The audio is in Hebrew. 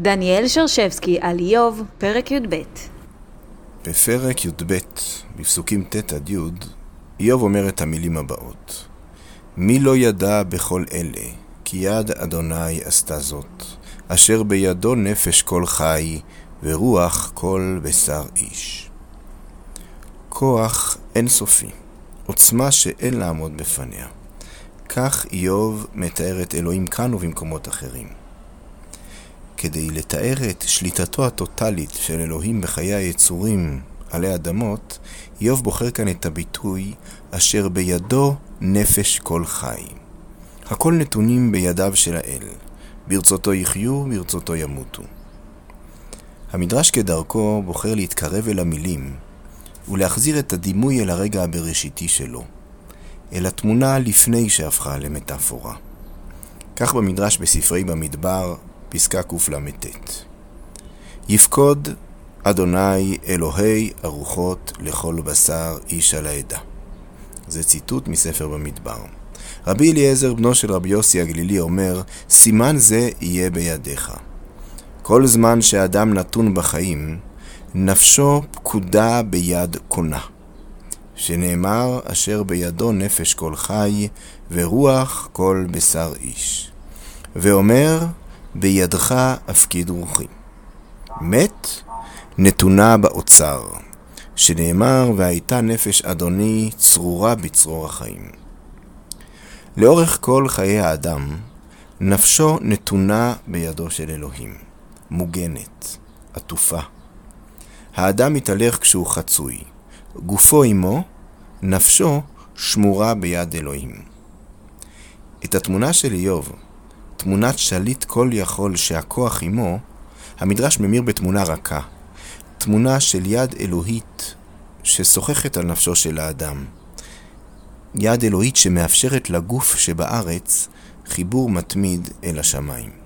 דניאל שרשבסקי על איוב, פרק י"ב. בפרק י"ב, בפסוקים ט' עד י', איוב אומר את המילים הבאות: מי לא ידע בכל אלה, כי יד אדוני עשתה זאת, אשר בידו נפש כל חי, ורוח כל בשר איש. כוח אינסופי, עוצמה שאין לעמוד בפניה. כך איוב מתאר את אלוהים כאן ובמקומות אחרים. כדי לתאר את שליטתו הטוטלית של אלוהים בחיי היצורים עלי אדמות, איוב בוחר כאן את הביטוי אשר בידו נפש כל חי. הכל נתונים בידיו של האל, ברצותו יחיו, ברצותו ימותו. המדרש כדרכו בוחר להתקרב אל המילים ולהחזיר את הדימוי אל הרגע הבראשיתי שלו, אל התמונה לפני שהפכה למטאפורה. כך במדרש בספרי במדבר, פסקה קל"ט: יפקוד אדוני אלוהי ארוחות לכל בשר איש על העדה. זה ציטוט מספר במדבר. רבי אליעזר בנו של רבי יוסי הגלילי אומר: סימן זה יהיה בידיך. כל זמן שאדם נתון בחיים, נפשו פקודה ביד קונה, שנאמר אשר בידו נפש כל חי ורוח כל בשר איש, ואומר בידך אפקיד רוחי. מת נתונה באוצר, שנאמר והייתה נפש אדוני צרורה בצרור החיים. לאורך כל חיי האדם, נפשו נתונה בידו של אלוהים, מוגנת, עטופה. האדם מתהלך כשהוא חצוי, גופו עמו, נפשו שמורה ביד אלוהים. את התמונה של איוב, תמונת שליט כל יכול שהכוח עמו, המדרש ממיר בתמונה רכה, תמונה של יד אלוהית ששוחחת על נפשו של האדם, יד אלוהית שמאפשרת לגוף שבארץ חיבור מתמיד אל השמיים.